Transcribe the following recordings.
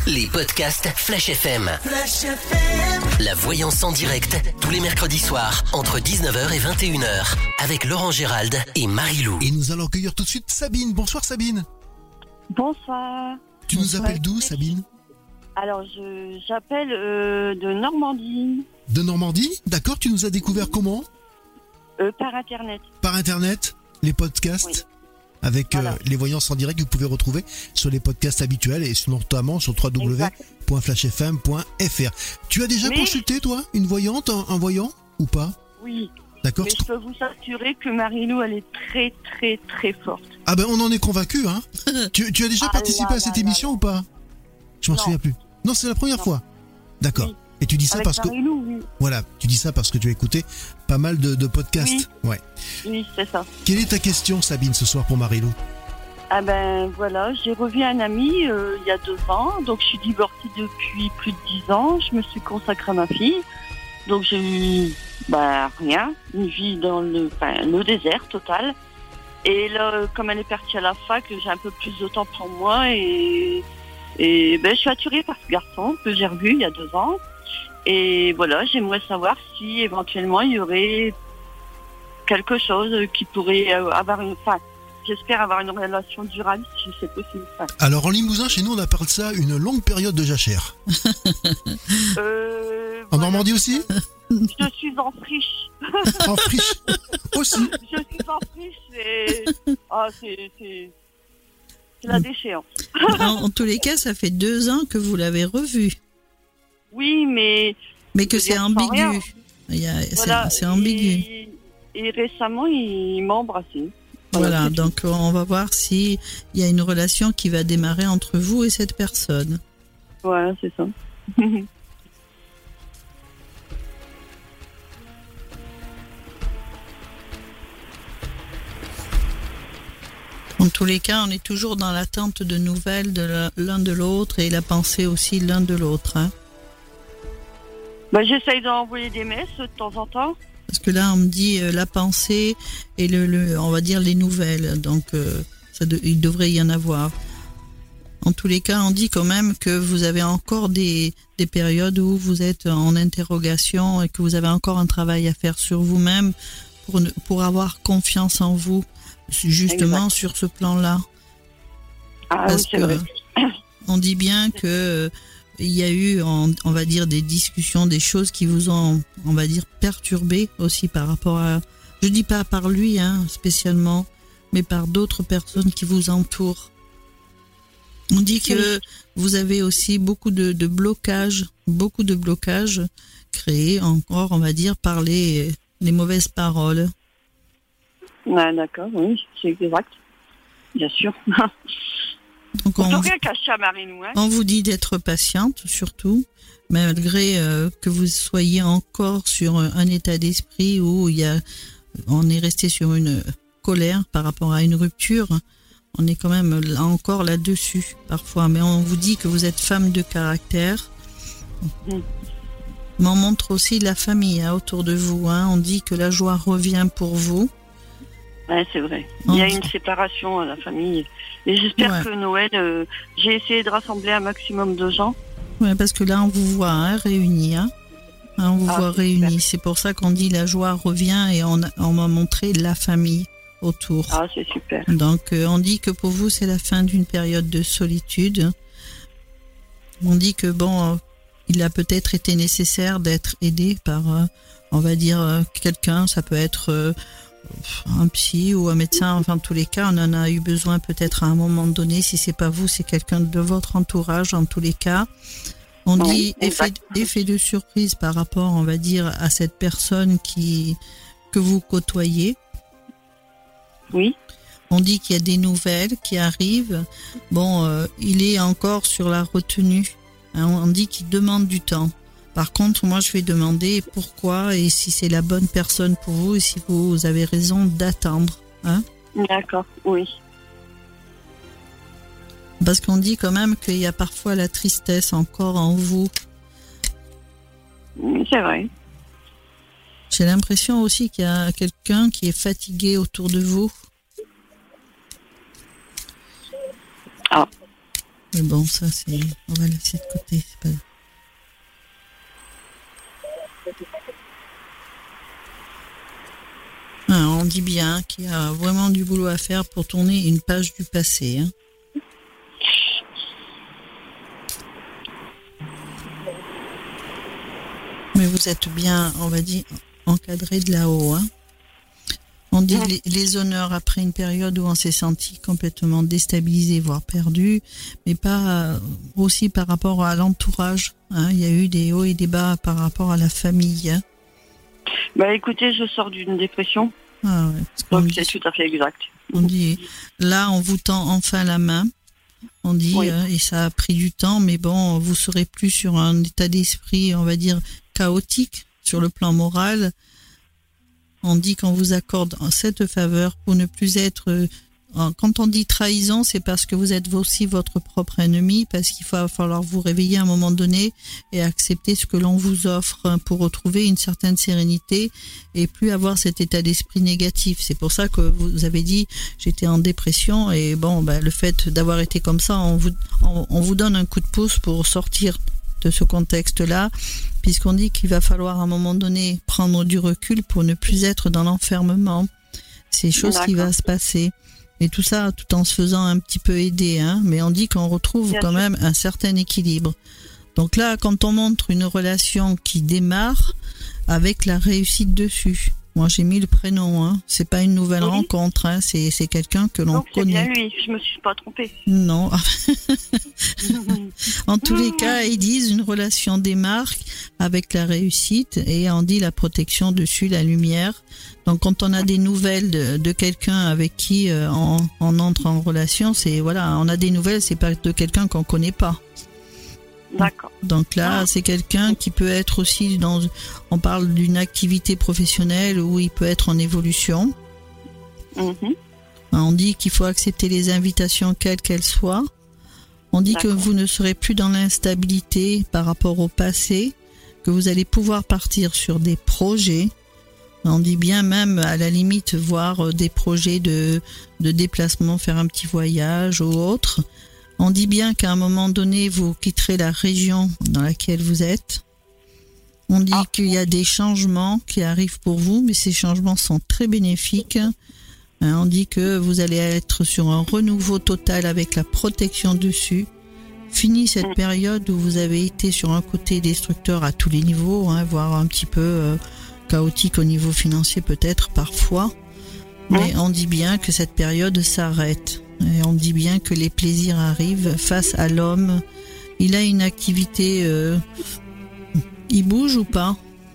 Les podcasts Flash FM. Flash FM. La voyance en direct, tous les mercredis soirs, entre 19h et 21h, avec Laurent Gérald et Marie-Lou. Et nous allons accueillir tout de suite Sabine. Bonsoir Sabine. Bonsoir. Tu nous appelles d'où Sabine ? Alors, j'appelle de Normandie. De Normandie ? D'accord, tu nous as découvert comment ? Par Internet. Par Internet, les podcasts Oui. Avec Voilà. les voyances en direct que vous pouvez retrouver sur les podcasts habituels et notamment sur www.flashfm.fr. Tu as déjà consulté toi une voyante, un voyant ou pas ? Oui. D'accord. Mais je peux vous assurer que Marie-Lou, elle est très, très, très forte. Ah ben on en est convaincu hein. tu as déjà participé à cette émission ou pas ? Je m'en souviens plus. Non, c'est la première fois. D'accord. Oui. Et tu dis ça Avec parce que Marie-Lou, oui. voilà, tu dis ça parce que tu as écouté pas mal de podcasts. Oui. Ouais. Oui, c'est ça. Quelle est ta question Sabine ce soir pour Marie-Lou ? Ah ben voilà, j'ai revu un ami il y a 2 ans. Donc, je suis divorcée depuis plus de 10 ans. Je me suis consacrée à ma fille. Donc, j'ai eu rien. Une vie dans le désert total. Et là, comme elle est partie à la fac, j'ai un peu plus de temps pour moi. Et je suis attirée par ce garçon que j'ai revu il y a 2 ans. Et voilà, j'aimerais savoir si éventuellement il y aurait quelque chose qui pourrait avoir j'espère avoir une relation durable si c'est possible. Alors en Limousin, chez nous, on appelle ça une longue période de jachère. En Normandie aussi ? Je suis en friche. En friche aussi. Je suis en friche et c'est la déchéance. En tous les cas, ça fait 2 ans que vous l'avez revu. Oui, mais que c'est ambigu. C'est ambigu. Et récemment, il m'a embrassée. Voilà, donc on va voir s'il y a une relation qui va démarrer entre vous et cette personne. Voilà, c'est ça. En tous les cas, on est toujours dans l'attente de nouvelles de l'un de l'autre et la pensée aussi l'un de l'autre. Hein. J'essaye d'envoyer des messes de temps en temps. Parce que là, on me dit la pensée et on va dire les nouvelles. Donc, il devrait y en avoir. En tous les cas, on dit quand même que vous avez encore des périodes où vous êtes en interrogation et que vous avez encore un travail à faire sur vous-même pour avoir confiance en vous, justement sur ce plan-là. Parce oui, c'est vrai. On dit bien que il y a eu, on va dire, des discussions, des choses qui vous ont, on va dire, perturbé aussi par rapport à, je dis pas par lui, spécialement, mais par d'autres personnes qui vous entourent. On dit que vous avez aussi beaucoup de blocages créés encore, on va dire, par les mauvaises paroles. Ouais, d'accord, oui, c'est exact. Bien sûr. Donc on ne peut rien cacher à Marie-Lou. On vous dit d'être patiente, surtout, malgré que vous soyez encore sur un état d'esprit où on est resté sur une colère par rapport à une rupture. On est quand même encore là-dessus, parfois. Mais on vous dit que vous êtes femme de caractère. Mais on montre aussi la famille autour de vous. On dit que la joie revient pour vous. Ouais, c'est vrai. Il y a une séparation à la famille. Et j'espère que Noël, j'ai essayé de rassembler un maximum de gens. Oui, parce que là, on vous voit réunis. On vous voit réunis. C'est pour ça qu'on dit la joie revient et on m'a montré la famille autour. Ah, c'est super. Donc, on dit que pour vous, c'est la fin d'une période de solitude. On dit que, il a peut-être été nécessaire d'être aidé par, on va dire, quelqu'un. Ça peut être un psy ou un médecin. Enfin, en tous les cas, on en a eu besoin peut-être à un moment donné. Si c'est pas vous, c'est quelqu'un de votre entourage. En tous les cas, on dit effet de surprise par rapport, on va dire, à cette personne que vous côtoyez. Oui. On dit qu'il y a des nouvelles qui arrivent. Il est encore sur la retenue. On dit qu'il demande du temps. Par contre, moi, je vais demander pourquoi et si c'est la bonne personne pour vous et si vous avez raison d'attendre. D'accord, oui. Parce qu'on dit quand même qu'il y a parfois la tristesse encore en vous. Oui, c'est vrai. J'ai l'impression aussi qu'il y a quelqu'un qui est fatigué autour de vous. Ah. Mais bon, ça, on va laisser de côté. C'est pas... on dit bien qu'il y a vraiment du boulot à faire pour tourner une page du passé. Hein. Mais vous êtes bien, on va dire, encadré de là-haut. Hein. On dit les honneurs après une période où on s'est senti complètement déstabilisé, voire perdu, mais pas aussi par rapport à l'entourage. Hein. Il y a eu des hauts et des bas par rapport à la famille. Hein. Bah écoutez, je sors d'une dépression. Ah ouais, donc c'est tout à fait exact. On dit, là, on vous tend enfin la main. On dit, oui. Et ça a pris du temps, mais bon, vous serez plus sur un état d'esprit, on va dire, chaotique sur le plan moral. On dit qu'on vous accorde cette faveur pour ne plus être... Quand on dit trahison, c'est parce que vous êtes aussi votre propre ennemi, parce qu'il va falloir vous réveiller à un moment donné et accepter ce que l'on vous offre pour retrouver une certaine sérénité et plus avoir cet état d'esprit négatif. C'est pour ça que vous avez dit j'étais en dépression et bon, le fait d'avoir été comme ça, on vous donne un coup de pouce pour sortir de ce contexte-là, puisqu'on dit qu'il va falloir à un moment donné prendre du recul pour ne plus être dans l'enfermement. C'est chose qui va se passer. Et tout ça, tout en se faisant un petit peu aider, hein. Mais on dit qu'on retrouve quand même un certain équilibre. Donc là, quand on montre une relation qui démarre avec la réussite dessus. Moi, j'ai mis le prénom, hein. C'est pas une nouvelle rencontre, hein. C'est quelqu'un que l'on connaît. C'est bien lui, je me suis pas trompée. Non. En tous les cas, ils disent une relation démarre avec la réussite et on dit la protection dessus, la lumière. Donc, quand on a des nouvelles de quelqu'un avec qui on entre en relation, on a des nouvelles, c'est pas de quelqu'un qu'on connaît pas. D'accord. Donc là, c'est quelqu'un qui peut être aussi on parle d'une activité professionnelle où il peut être en évolution. On dit qu'il faut accepter les invitations quelles qu'elles soient. On dit que vous ne serez plus dans l'instabilité par rapport au passé, que vous allez pouvoir partir sur des projets. On dit bien même à la limite voir des projets de déplacement, faire un petit voyage ou autre. On dit bien qu'à un moment donné, vous quitterez la région dans laquelle vous êtes. On dit qu'il y a des changements qui arrivent pour vous, mais ces changements sont très bénéfiques. On dit que vous allez être sur un renouveau total avec la protection dessus. Fini cette période où vous avez été sur un côté destructeur à tous les niveaux, hein, voire un petit peu chaotique au niveau financier peut-être parfois. Mais on dit bien que cette période s'arrête. Et on dit bien que les plaisirs arrivent face à l'homme. Il a une activité... il bouge ou pas ?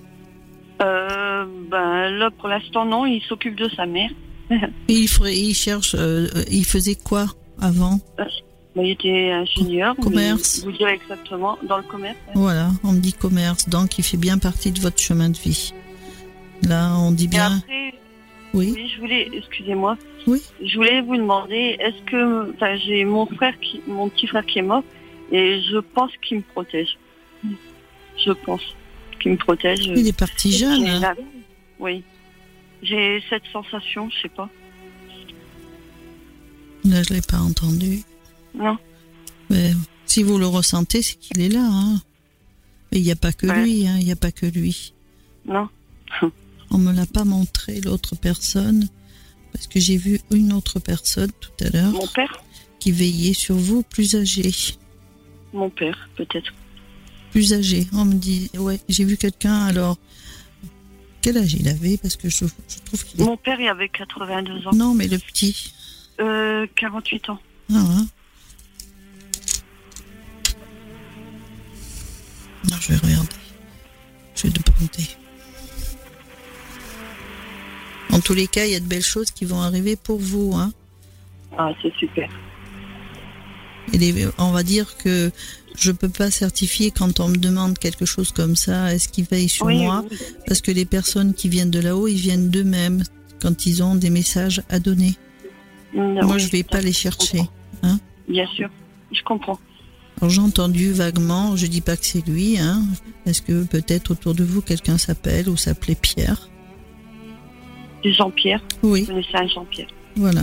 Là, pour l'instant, non. Il s'occupe de sa mère. Et il cherche... il faisait quoi avant ? Il était ingénieur. Commerce. Vous direz exactement, dans le commerce. Ouais. Voilà, on me dit commerce. Donc, il fait bien partie de votre chemin de vie. Là, on dit bien... Et après, oui, je voulais... Excusez-moi. Oui. Je voulais vous demander, est-ce que... j'ai mon petit frère qui est mort, et je pense qu'il me protège. Je pense qu'il me protège. Il est parti jeune. Hein. Oui. J'ai cette sensation, je sais pas. Là, je l'ai pas entendu. Non. Mais si vous le ressentez, c'est qu'il est là. Hein. Et il n'y a pas que lui. Hein. Il n'y a pas que lui. Non. On me l'a pas montré, l'autre personne, parce que j'ai vu une autre personne tout à l'heure. Mon père ? Qui veillait sur vous, plus âgé. Mon père, peut-être. Plus âgé. On me dit, ouais, j'ai vu quelqu'un, alors... Quel âge il avait ? Parce que je trouve qu'il... Mon père, il avait 82 ans. Non, mais le petit. 48 ans. Ah, hein. Non, je vais regarder. Je vais demander. En tous les cas, il y a de belles choses qui vont arriver pour vous. Hein. Ah, c'est super. Et on va dire que je peux pas certifier quand on me demande quelque chose comme ça, est-ce qu'ils veillent sur moi ? Oui. Parce que les personnes qui viennent de là-haut, ils viennent d'eux-mêmes quand ils ont des messages à donner. Moi, je vais pas les chercher. Hein. Bien sûr, je comprends. Alors, j'ai entendu vaguement, je dis pas que c'est lui, hein. Est-ce que peut-être autour de vous, quelqu'un s'appelle ou s'appelait Pierre ? Jean-Pierre ? Oui. Vous connaissez un Jean-Pierre ?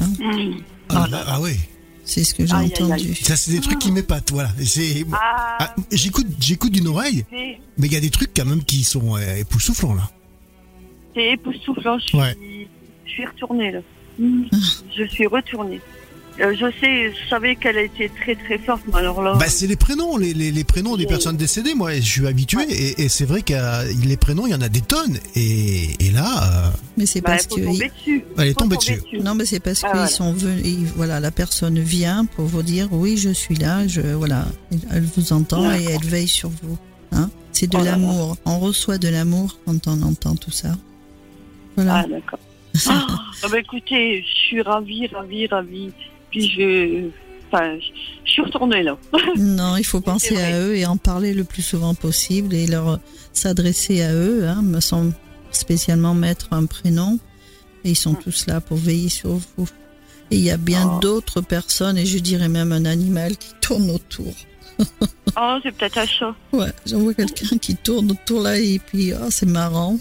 Voilà. Ah oui. C'est ce que j'ai Aïe, aïe, entendu. aïe. Ça, c'est des trucs qui m'épatent, voilà. J'écoute d'une oreille, C'est mais il y a des trucs quand même qui sont époustouflants, là. époustouflant. Ouais. Je suis retournée, là. Je suis retournée. Je savais qu'elle était très très forte, mais alors là... Bah, c'est les prénoms, les prénoms des personnes décédées, moi, je suis habitué, et c'est vrai que les prénoms, il y en a des tonnes, et là, Mais c'est Bah, parce il faut que tomber dessus. elle est Faut tombée tomber dessus. non, mais c'est parce Ah, qu'ils voilà. sont venus. Voilà, la personne vient pour vous dire oui, je suis là. Voilà, elle vous entend et elle veille sur vous. Hein, c'est de Oh là là. l'amour. On reçoit de l'amour quand on entend tout ça. Voilà. Ah, d'accord. Ah, bah, écoutez, je suis ravie. Puis je suis retournée, là. Non, il faut penser vrai. à eux et en parler le plus souvent possible et leur s'adresser à eux, sans spécialement mettre un prénom. Et ils sont tous là pour veiller sur vous. Et il y a bien d'autres personnes, et je dirais même un animal qui tourne autour. Oh, c'est peut-être un chat. Ouais, j'en vois quelqu'un qui tourne autour là et puis c'est marrant.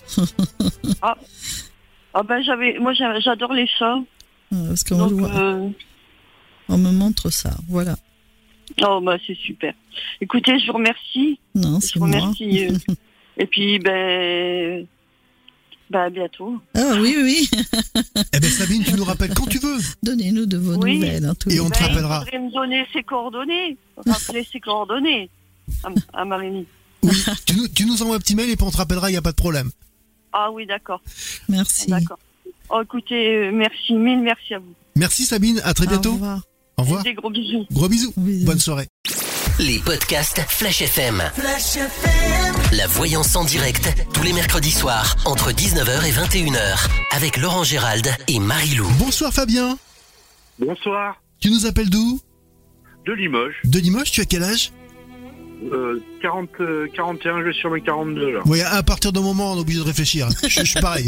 Ah ben moi j'adore les chats. Parce qu'on Donc, on me montre ça, voilà. oh bah c'est super. Écoutez, je vous remercie. Non, Je c'est vous moi. remercie. Et puis à bientôt. Ah oui. Eh ben, Sabine, tu nous rappelles quand tu veux. Donnez-nous de vos Oui. nouvelles. Tous Et les on te jours. rappellera. Il faudrait me donner ses coordonnées. Rappeler ses coordonnées à Marie. Oui, tu nous envoies un petit mail et puis on te rappellera, il n'y a pas de problème. Ah oui, d'accord. Merci. D'accord. Oh, écoutez, merci, mille merci à vous. Merci Sabine, à très bientôt. Au revoir. Au revoir. Des gros bisous. Gros bisous. Bisous. Bonne soirée. Les podcasts Flash FM. La voyance en direct, tous les mercredis soirs, entre 19h et 21h, avec Laurent Gérald et Marie-Lou. Bonsoir Fabien. Bonsoir, Tu nous appelles d'où? de Limoges. De Limoges, tu as quel âge? 41, je suis sur le 42 là. Oui, à partir d'un moment, on est obligé de réfléchir. Je suis pareil.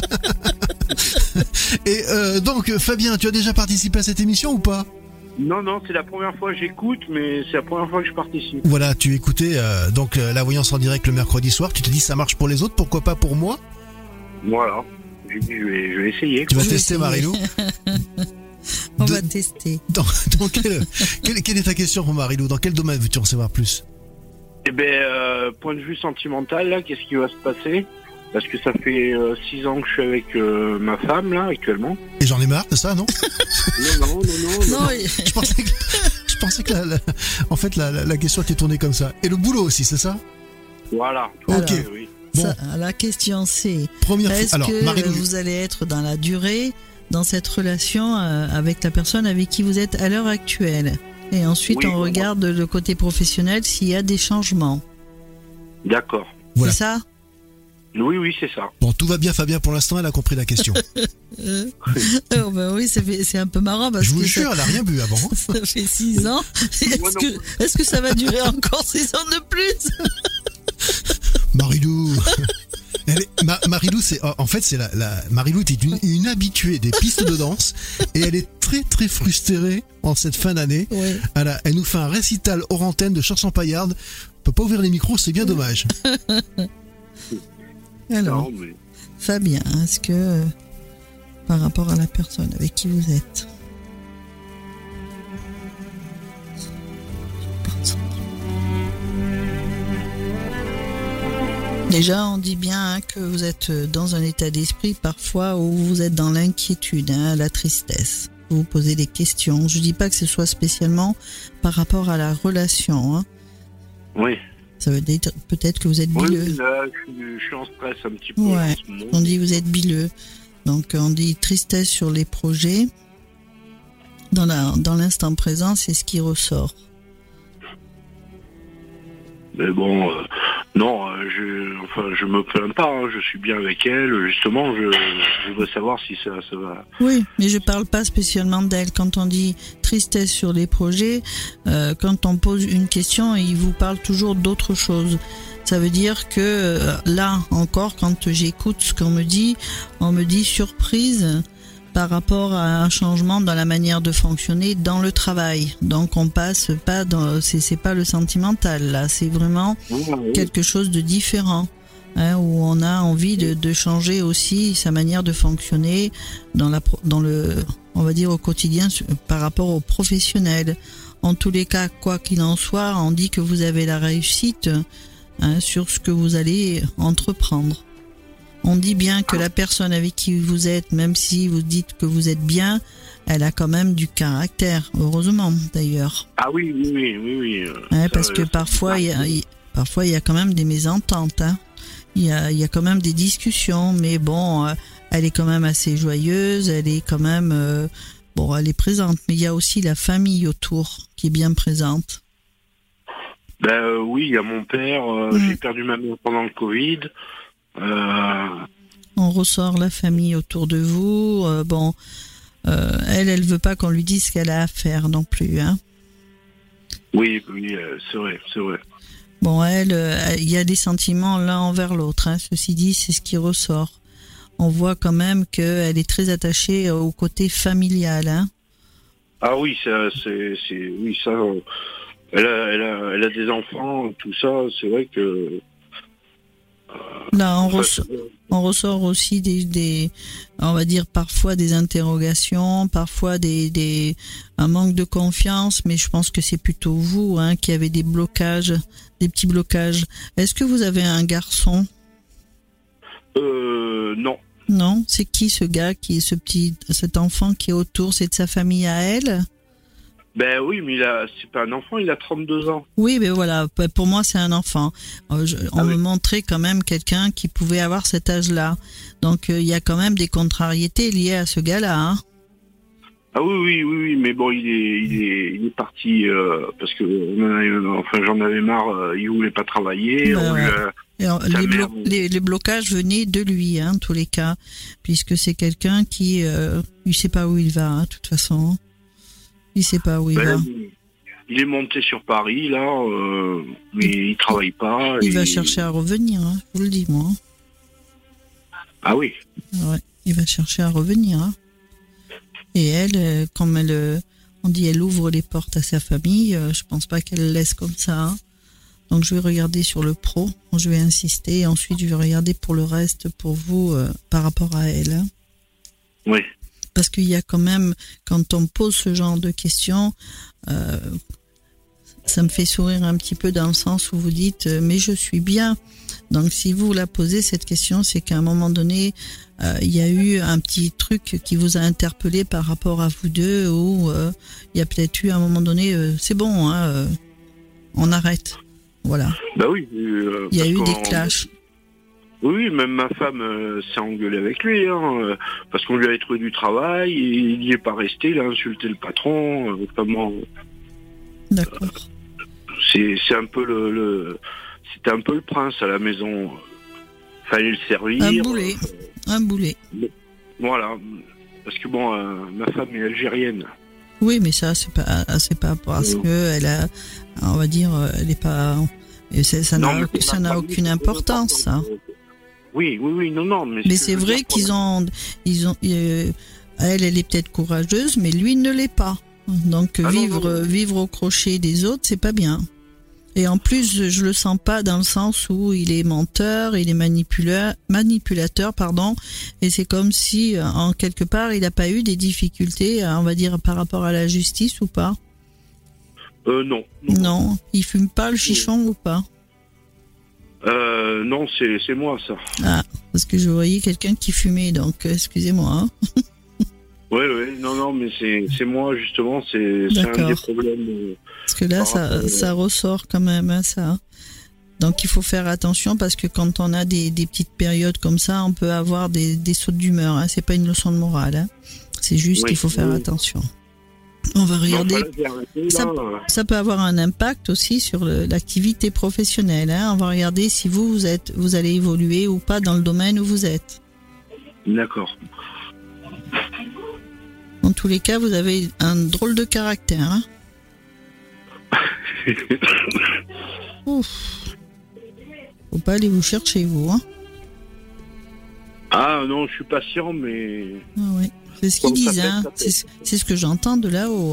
Et donc, Fabien, tu as déjà participé à cette émission ou pas? Non, c'est la première fois que j'écoute, mais c'est la première fois que je participe. Voilà, tu écoutais la voyance en direct le mercredi soir. Tu te dis, ça marche pour les autres, pourquoi pas pour moi? Voilà, j'ai dit, je vais essayer. Tu vas Je vais tester, essayer. Marie-Lou. On De- va tester. Dans quelle est ta question pour Marie-Lou? Dans quel domaine veux-tu en savoir plus? Eh ben, point de vue sentimental, là, qu'est-ce qui va se passer? Parce que ça fait 6 ans que je suis avec ma femme, là, actuellement. Et j'en ai marre de ça, non? Non. Non, Je pensais que en fait, la question était tournée comme ça. Et le boulot aussi, c'est ça? Voilà. Ok. Oui. Bon. ça, la question c'est Première fois. est-ce Alors, que Marie-Lou, vous allez être dans la durée dans cette relation avec la personne avec qui vous êtes à l'heure actuelle? Et ensuite, Oui, on pour moi. regarde le côté professionnel s'il y a des changements. D'accord. Voilà. C'est ça? Oui, c'est ça. bon, tout va bien, Fabien, pour l'instant, elle a compris la question. Oh, bah oui, c'est un peu marrant parce Je vous que jure, elle a rien bu avant. ça fait 6 ans. Moi non Est-ce que ça va durer encore 6 ans de plus? Marie-Lou. Marie-Lou, en fait, Marie-Lou était une habituée des pistes de danse et elle est très très frustrée en cette fin d'année. Oui. Elle nous fait un récital hors antenne de chansons paillardes. On peut pas ouvrir les micros, c'est bien dommage. Alors, Non, mais... Fabien, est-ce que par rapport à la personne avec qui vous êtes, déjà, on dit bien que vous êtes dans un état d'esprit parfois où vous êtes dans l'inquiétude, la tristesse. Vous vous posez des questions. Je dis pas que ce soit spécialement par rapport à la relation. Hein. Oui. Ça veut dire peut-être que vous êtes Oui, bileux. là, je suis en stress un petit peu. Ouais. En ce moment. On dit vous êtes bileux. Donc on dit tristesse sur les projets. Dans l'instant présent, c'est ce qui ressort. Mais bon, non, je me plains pas, hein, je suis bien avec elle, justement, je veux savoir si ça va. Oui, mais je parle pas spécialement d'elle. Quand on dit tristesse sur les projets, quand on pose une question, il vous parle toujours d'autre chose. Ça veut dire que là encore, quand j'écoute ce qu'on me dit, on me dit surprise par rapport à un changement dans la manière de fonctionner dans le travail. Donc on passe pas dans, c'est pas le sentimental là, c'est vraiment quelque chose de différent. Où on a envie de changer aussi sa manière de fonctionner on on va dire au quotidien par rapport aux professionnels. En tous les cas, quoi qu'il en soit, on dit que vous avez la réussite sur ce que vous allez entreprendre. On dit bien que la personne avec qui vous êtes, même si vous dites que vous êtes bien, elle a quand même du caractère, heureusement d'ailleurs. Ah oui. Parce que parfois, il y a quand même des mésententes. Il y a quand même des discussions, mais bon, elle est quand même assez joyeuse, elle est quand même... elle est présente, mais il y a aussi la famille autour qui est bien présente. Oui, il y a mon père, j'ai perdu ma mère pendant le Covid. On ressort la famille autour de vous. Elle veut pas qu'on lui dise ce qu'elle a à faire non plus. Oui, c'est vrai. Bon, il y a des sentiments l'un envers l'autre. Ceci dit, c'est ce qui ressort. On voit quand même qu'elle est très attachée au côté familial. Ah oui, ça. Elle a des enfants, tout ça. C'est vrai que. Là, on ressort aussi on va dire parfois des interrogations, parfois un manque de confiance, mais je pense que c'est plutôt vous qui avez des petits blocages. Est-ce que vous avez un garçon? Non. Non, c'est qui ce gars cet enfant qui est autour, c'est de sa famille à elle? Oui, mais c'est pas un enfant, il a 32 ans. Oui, mais voilà, pour moi c'est un enfant. On me montrait quand même quelqu'un qui pouvait avoir cet âge-là. Donc il y a quand même des contrariétés liées à ce gars-là. Ah oui, mais bon, il est parti parce que j'en avais marre, il voulait pas travailler. Les blocages venaient de lui, en tous les cas, puisque c'est quelqu'un qui, il sait pas où il va, de toute façon. Il sait pas où il va. Il est monté sur Paris, là, mais il travaille pas. Il va chercher à revenir, je vous le dis, moi. Ah oui. Ouais, il va chercher à revenir. Et elle, comme on dit, elle ouvre les portes à sa famille, je pense pas qu'elle le laisse comme ça. Donc je vais regarder sur le pro, je vais insister, et ensuite je vais regarder pour le reste, pour vous, par rapport à elle. Oui. Parce qu'il y a quand même, quand on pose ce genre de questions, ça me fait sourire un petit peu dans le sens où vous dites mais je suis bien. Donc si vous la posez cette question, c'est qu'à un moment donné, il y a eu un petit truc qui vous a interpellé par rapport à vous deux, ou il y a peut-être eu à un moment donné, c'est bon, on arrête. Voilà. Oui. Il y a eu des clashs. Oui, même ma femme s'est engueulée avec lui, parce qu'on lui avait trouvé du travail, et il n'y est pas resté, il a insulté le patron, notamment. D'accord. C'est un peu c'était un peu le prince à la maison. Fallait le servir. Un boulet. Voilà. Parce que ma femme est algérienne. Oui, mais ça, c'est pas parce que elle a, on va dire, elle est pas, ça n'a aucune importance, ça. Oui, non, mais c'est vrai qu'ils ont, elle est peut-être courageuse, mais lui ne l'est pas. Donc vivre au crochet des autres, c'est pas bien. Et en plus, je le sens pas dans le sens où il est menteur, il est manipulateur, et c'est comme si, en quelque part, il n'a pas eu des difficultés, on va dire, par rapport à la justice ou pas. Non. Non, il fume pas le chichon ou pas? Non, c'est moi, ça. Ah, parce que je voyais quelqu'un qui fumait, donc excusez-moi. Oui, non, mais c'est moi, justement, c'est un des problèmes. Parce que là, ça ressort quand même, ça. Donc il faut faire attention, parce que quand on a des petites périodes comme ça, on peut avoir des sautes d'humeur. C'est pas une leçon de morale. C'est juste qu'il faut faire attention. On va regarder. Ça peut avoir un impact aussi sur l'activité professionnelle. On va regarder si vous allez évoluer ou pas dans le domaine où vous êtes. D'accord. En tous les cas, vous avez un drôle de caractère. Ouf. Faut pas aller vous chercher, vous. Ah non, je suis patient, mais... Ah ouais. C'est ce qu'ils disent, c'est ce que j'entends de là-haut,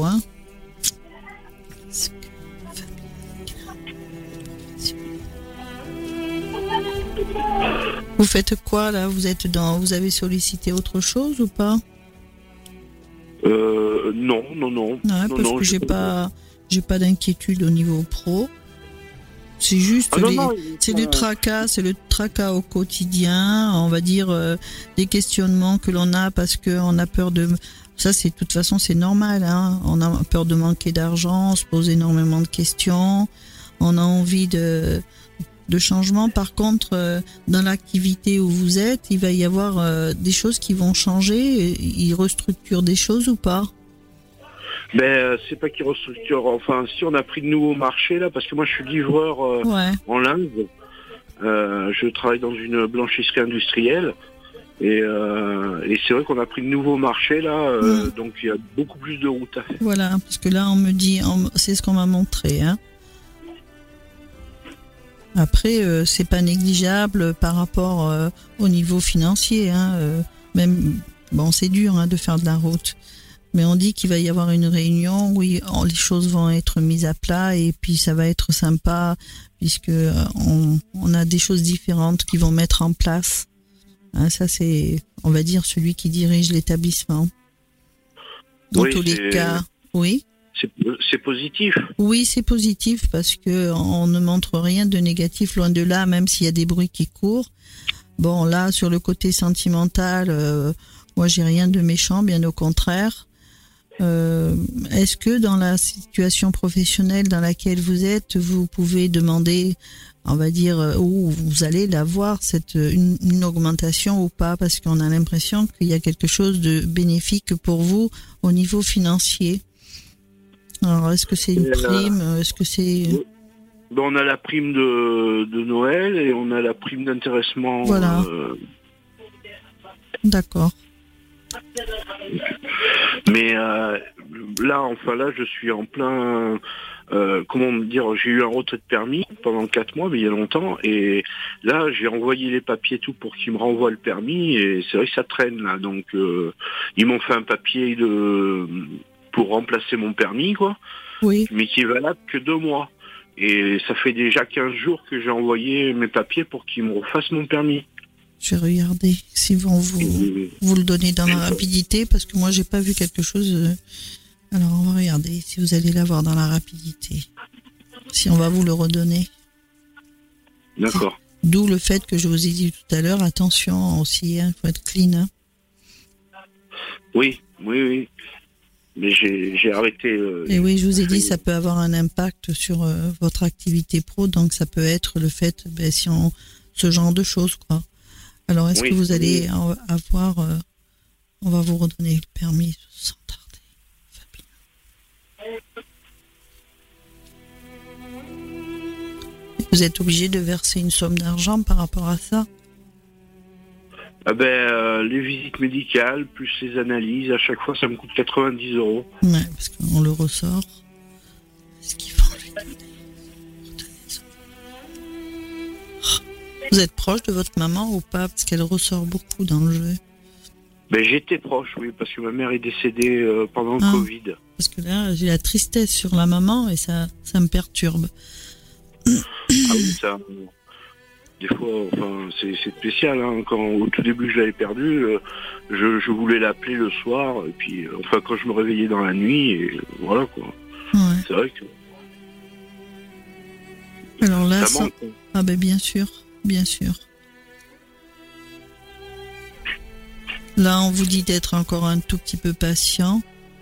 Vous faites quoi là ? Vous avez sollicité autre chose ou pas ? Non. Ouais, parce que j'ai pas d'inquiétude au niveau pro. C'est juste le tracas au quotidien, on va dire des questionnements que l'on a parce que on a peur de ça, c'est de toute façon c'est normal, hein. On a peur de manquer d'argent, on se pose énormément de questions, on a envie de changement. Par contre, dans l'activité où vous êtes, il va y avoir des choses qui vont changer. Ils restructurent des choses ou pas? C'est pas qu'ils restructurent. Enfin, si on a pris de nouveaux marchés là, parce que moi je suis livreur en linge. Je travaille dans une blanchisserie industrielle et c'est vrai qu'on a pris de nouveaux marchés là, donc il y a beaucoup plus de routes à faire. Voilà, parce que là on me dit, c'est ce qu'on m'a montré, hein. Après, c'est pas négligeable par rapport au niveau financier, hein. Même bon, c'est dur hein, de faire de la route. Mais on dit qu'il va y avoir une réunion où les choses vont être mises à plat et puis ça va être sympa puisque on a des choses différentes qui vont mettre en place. Hein, ça c'est, on va dire, celui qui dirige l'établissement. Dans tous les cas, oui. C'est positif. Oui, c'est positif parce que on ne montre rien de négatif, loin de là, même s'il y a des bruits qui courent. Bon, là, sur le côté sentimental, moi j'ai rien de méchant, bien au contraire. Est-ce que dans la situation professionnelle dans laquelle vous êtes, vous pouvez demander, on va dire, où vous allez l'avoir, une augmentation ou pas? Parce qu'on a l'impression qu'il y a quelque chose de bénéfique pour vous au niveau financier. Alors, est-ce que c'est une prime? Est-ce que c'est... On a la prime de Noël et on a la prime d'intéressement. Voilà. D'accord. Mais là, je suis en plein... comment dire, j'ai eu un retrait de permis pendant 4 mois, mais il y a longtemps, et là, j'ai envoyé les papiers tout pour qu'ils me renvoient le permis, et c'est vrai que ça traîne, là. Donc, ils m'ont fait un papier pour remplacer mon permis, quoi. Oui. Mais qui est valable que 2 mois. Et ça fait déjà 15 jours que j'ai envoyé mes papiers pour qu'ils me refassent mon permis. Je vais regarder si vont vous le donner dans la rapidité, parce que moi j'ai pas vu quelque chose. Alors on va regarder si vous allez l'avoir dans la rapidité. Si on va vous le redonner. D'accord. D'où le fait que je vous ai dit tout à l'heure, attention aussi, il faut être clean. Hein. Oui. Mais j'ai arrêté. Et oui, je vous ai dit, ça peut avoir un impact sur votre activité pro, donc ça peut être le fait, ce genre de choses, quoi. Alors, est-ce que vous allez avoir... on va vous redonner le permis sans tarder, Fabien. Vous êtes obligé de verser une somme d'argent par rapport à ça? Les visites médicales, plus les analyses, à chaque fois, ça me coûte 90 €. Ouais, parce qu'on le ressort. Est-ce qu'ils vont lui donner? Vous êtes proche de votre maman ou pas? Parce qu'elle ressort beaucoup dans le jeu. J'étais proche, oui, parce que ma mère est décédée pendant le Covid. Parce que là, j'ai la tristesse sur la maman et ça me perturbe. Ah oui, ça... Des fois, c'est spécial, hein. Quand au tout début je l'avais perdu, je voulais l'appeler le soir, et puis quand je me réveillais dans la nuit, et voilà quoi. Ouais. C'est vrai que... Alors là, ça manque. Ah bien sûr. Là, on vous dit d'être encore un tout petit peu patient.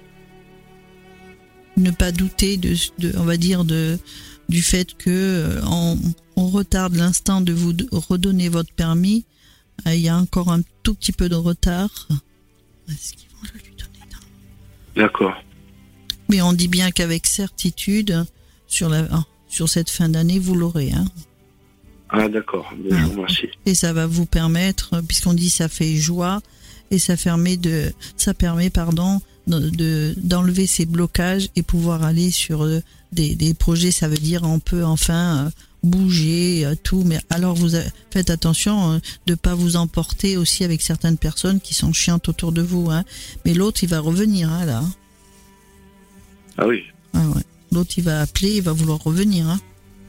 Ne pas douter on va dire, du fait que on retarde l'instant de vous redonner votre permis. Il y a encore un tout petit peu de retard. Est-ce qu'ils vont le lui donner? D'accord. Mais on dit bien qu'avec certitude, sur cette fin d'année, vous l'aurez. Hein. Ah d'accord, je vous remercie. Et ça va vous permettre, puisqu'on dit ça fait joie, et ça permet d'enlever ces blocages et pouvoir aller sur des projets. Ça veut dire on peut enfin bouger, tout. Mais alors faites attention de pas vous emporter aussi avec certaines personnes qui sont chiantes autour de vous. Hein. Mais l'autre, il va revenir là. Ah oui. Ah ouais. L'autre, il va appeler, il va vouloir revenir. Hein.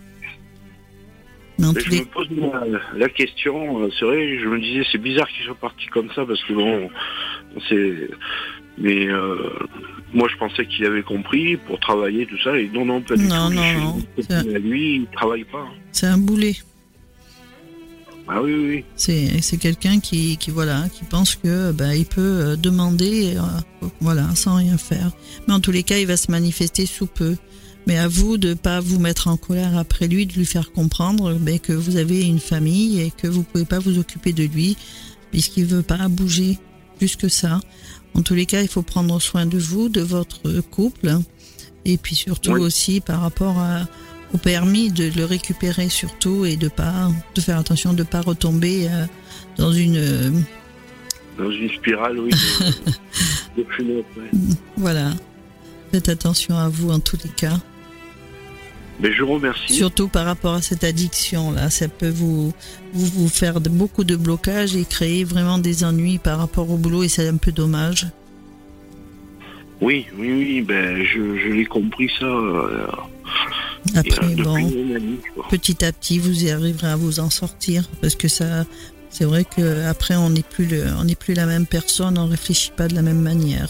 Me pose la question, c'est vrai, je me disais c'est bizarre qu'ils soient partis comme ça parce que bon, Mais moi, je pensais qu'il avait compris pour travailler, tout ça. Et non, pas du tout. Non. Lui, il travaille pas. C'est un boulet. Ah oui. C'est quelqu'un qui pense que il peut demander sans rien faire. Mais en tous les cas, il va se manifester sous peu. Mais à vous de pas vous mettre en colère après lui, de lui faire comprendre que vous avez une famille et que vous pouvez pas vous occuper de lui puisqu'il veut pas bouger plus que ça. En tous les cas, il faut prendre soin de vous, de votre couple, et puis surtout aussi par rapport au permis de le récupérer surtout et de faire attention de pas retomber dans une spirale, de fumette. Voilà. Faites attention à vous en tous les cas. Mais je vous remercie. Surtout par rapport à cette addiction là, ça peut vous faire beaucoup de blocages et créer vraiment des ennuis par rapport au boulot et c'est un peu dommage. Oui, je l'ai compris ça. Après petit à petit vous y arriverez à vous en sortir parce que ça, c'est vrai que après on n'est plus la même personne, on réfléchit pas de la même manière.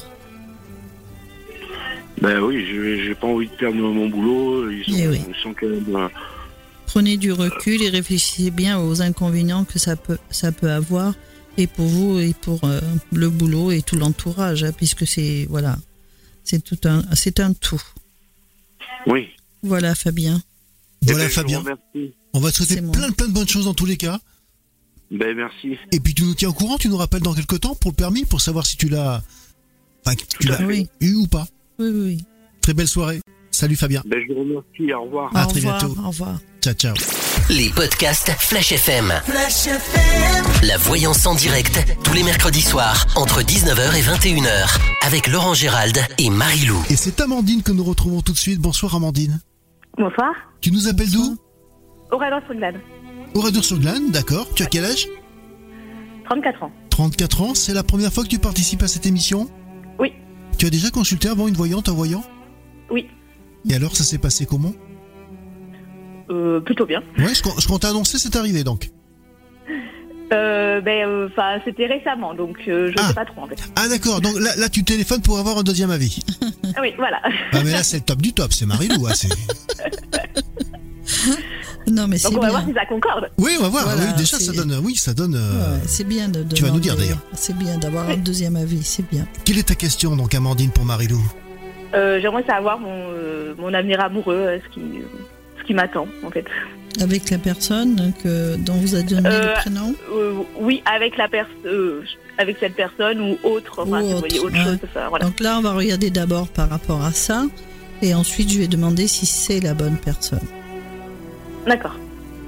J'ai pas envie de perdre mon boulot. Ils sont quand même. Prenez du recul et réfléchissez bien aux inconvénients que ça peut avoir, et pour vous et pour le boulot et tout l'entourage, puisque c'est un tout. Oui. Voilà Fabien. Voilà Fabien. On va te souhaiter plein de bonnes choses dans tous les cas. Merci. Et puis tu nous tiens au courant, tu nous rappelles dans quelques temps pour le permis, pour savoir si tu l'as eu ou pas. Oui. Très belle soirée. Salut Fabien. Je vous remercie, au revoir. À très bientôt. Au revoir. Ciao. Les podcasts Flash FM. La voyance en direct, tous les mercredis soirs, entre 19h et 21h, avec Laurent Gérald et Marie-Lou. Et c'est Amandine que nous retrouvons tout de suite. Bonsoir Amandine. Bonsoir. Tu nous appelles d'où? Oradour-sur-Glane. Oradour-sur-Glane, d'accord. Tu as quel âge? 34 ans. 34 ans, c'est la première fois que tu participes à cette émission? Oui. Tu as déjà consulté avant une voyante, un voyant? Oui. Et alors, ça s'est passé comment? Plutôt bien. Ouais, ce qu'on t'a annoncé, c'est arrivé donc. C'était récemment, donc je sais pas trop en fait. Ah d'accord, donc là tu téléphones pour avoir un deuxième avis. Oui, voilà. Ah mais là c'est le top du top, c'est Marie-Lou. Non mais c'est donc on va bien. voir si ça concorde. Oui, on va voir. Voilà, oui, déjà ça donne. Ouais, c'est bien de. Tu vas nous dire d'ailleurs. C'est bien d'avoir un deuxième avis, c'est bien. Quelle est ta question donc, Amandine, pour Marie-Lou? J'aimerais savoir mon avenir amoureux, ce qui m'attend en fait. Avec la personne dont vous avez donné le prénom? Oui, avec avec cette personne ou autre. Enfin, si vous voyez autre chose. Voilà. Donc là, on va regarder d'abord par rapport à ça, et ensuite je vais demander si c'est la bonne personne. D'accord.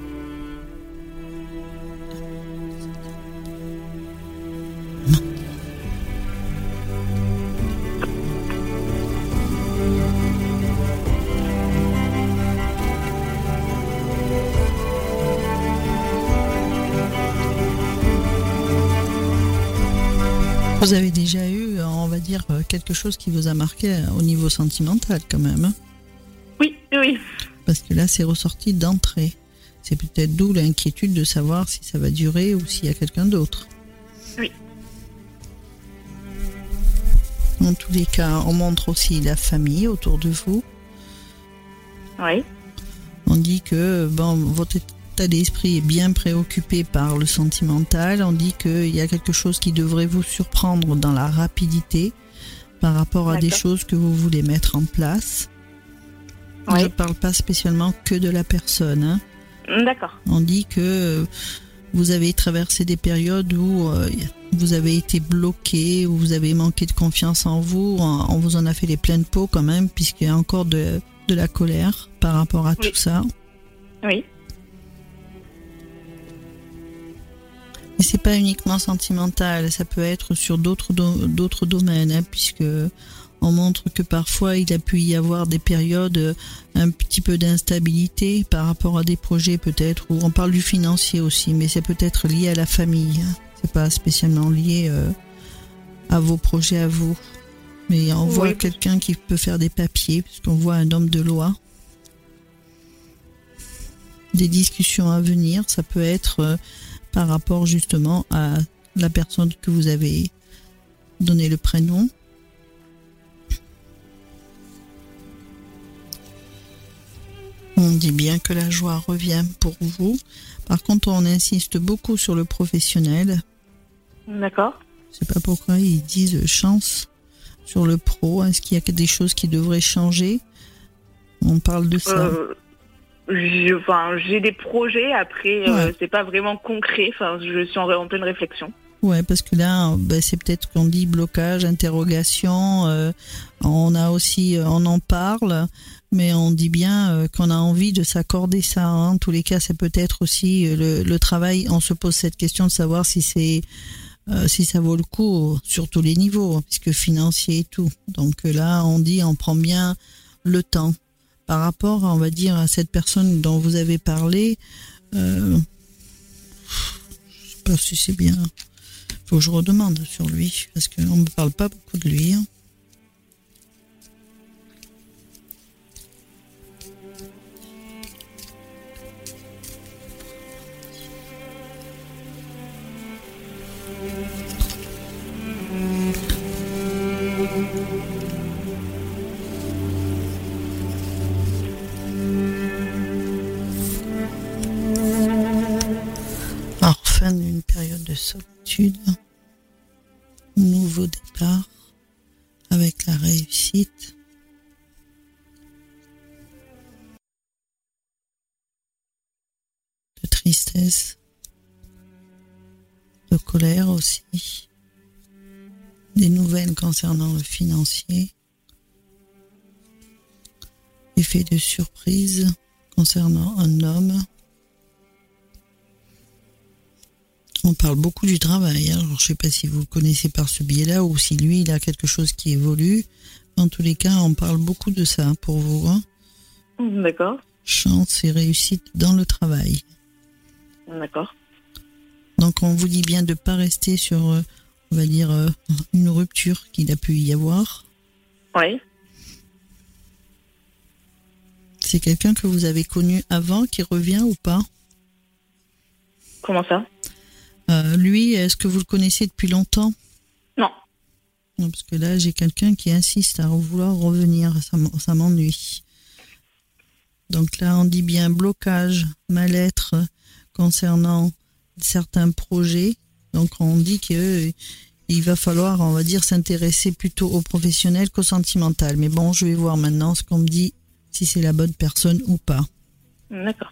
Vous avez déjà eu, on va dire, quelque chose qui vous a marqué au niveau sentimental quand même, hein? Oui. Parce que là, c'est ressorti d'entrée. C'est peut-être d'où l'inquiétude de savoir si ça va durer ou s'il y a quelqu'un d'autre. Oui. En tous les cas, on montre aussi la famille autour de vous. Oui. On dit que votre état d'esprit est bien préoccupé par le sentimental. On dit qu'il y a quelque chose qui devrait vous surprendre dans la rapidité par rapport à des choses que vous voulez mettre en place. Oui. Je ne parle pas spécialement que de la personne, hein. D'accord. On dit que vous avez traversé des périodes où vous avez été bloqué, où vous avez manqué de confiance en vous. On vous en a fait les pleines peaux quand même, puisqu'il y a encore de la colère par rapport à tout ça. Oui. Et c'est pas uniquement sentimental, ça peut être sur d'autres domaines, hein, puisque on montre que parfois il a pu y avoir des périodes un petit peu d'instabilité par rapport à des projets peut-être, où on parle du financier aussi, mais c'est peut-être lié à la famille, hein. C'est pas spécialement lié à vos projets à vous. Mais on voit quelqu'un qui peut faire des papiers, puisqu'on voit un homme de loi. Des discussions à venir, ça peut être par rapport justement à la personne que vous avez donné le prénom. dit bien que la joie revient pour vous. Par contre, on insiste beaucoup sur le professionnel. D'accord. Je sais pas pourquoi ils disent chance sur le pro. Est-ce qu'il y a des choses qui devraient changer? On parle de ça. J'ai des projets, après, c'est pas vraiment concret. Je suis en pleine réflexion. Ouais, parce que là, c'est peut-être qu'on dit blocage, interrogation. On en parle, mais on dit bien qu'on a envie de s'accorder ça. Hein. En tous les cas, c'est peut-être aussi le travail. On se pose cette question de savoir si ça vaut le coup sur tous les niveaux, puisque financier et tout. Donc là, on prend bien le temps. Par rapport, on va dire, à cette personne dont vous avez parlé, je sais pas si c'est bien. Faut que je redemande sur lui, parce qu'on me parle pas beaucoup de lui. Hein. Alors, fin d'une période de solitude, nouveau départ avec la réussite. De tristesse, de colère aussi, des nouvelles concernant le financier, effet de surprise concernant un homme. On parle beaucoup du travail. Alors, je ne sais pas si vous le connaissez par ce biais-là ou si lui, il a quelque chose qui évolue. En tous les cas, on parle beaucoup de ça pour vous. Hein. D'accord. Chance et réussite dans le travail. D'accord. Donc, on vous dit bien de ne pas rester sur, on va dire, une rupture qu'il a pu y avoir. Oui. C'est quelqu'un que vous avez connu avant qui revient ou pas? Comment ça? Lui, est-ce que vous le connaissez depuis longtemps? Non. Non, parce que là, j'ai quelqu'un qui insiste à vouloir revenir. Ça m'ennuie. Donc là, on dit bien blocage, mal-être concernant certains projets. Donc on dit qu'il va falloir, on va dire, s'intéresser plutôt au professionnel qu'au sentimental. Mais bon, je vais voir maintenant ce qu'on me dit, si c'est la bonne personne ou pas. D'accord.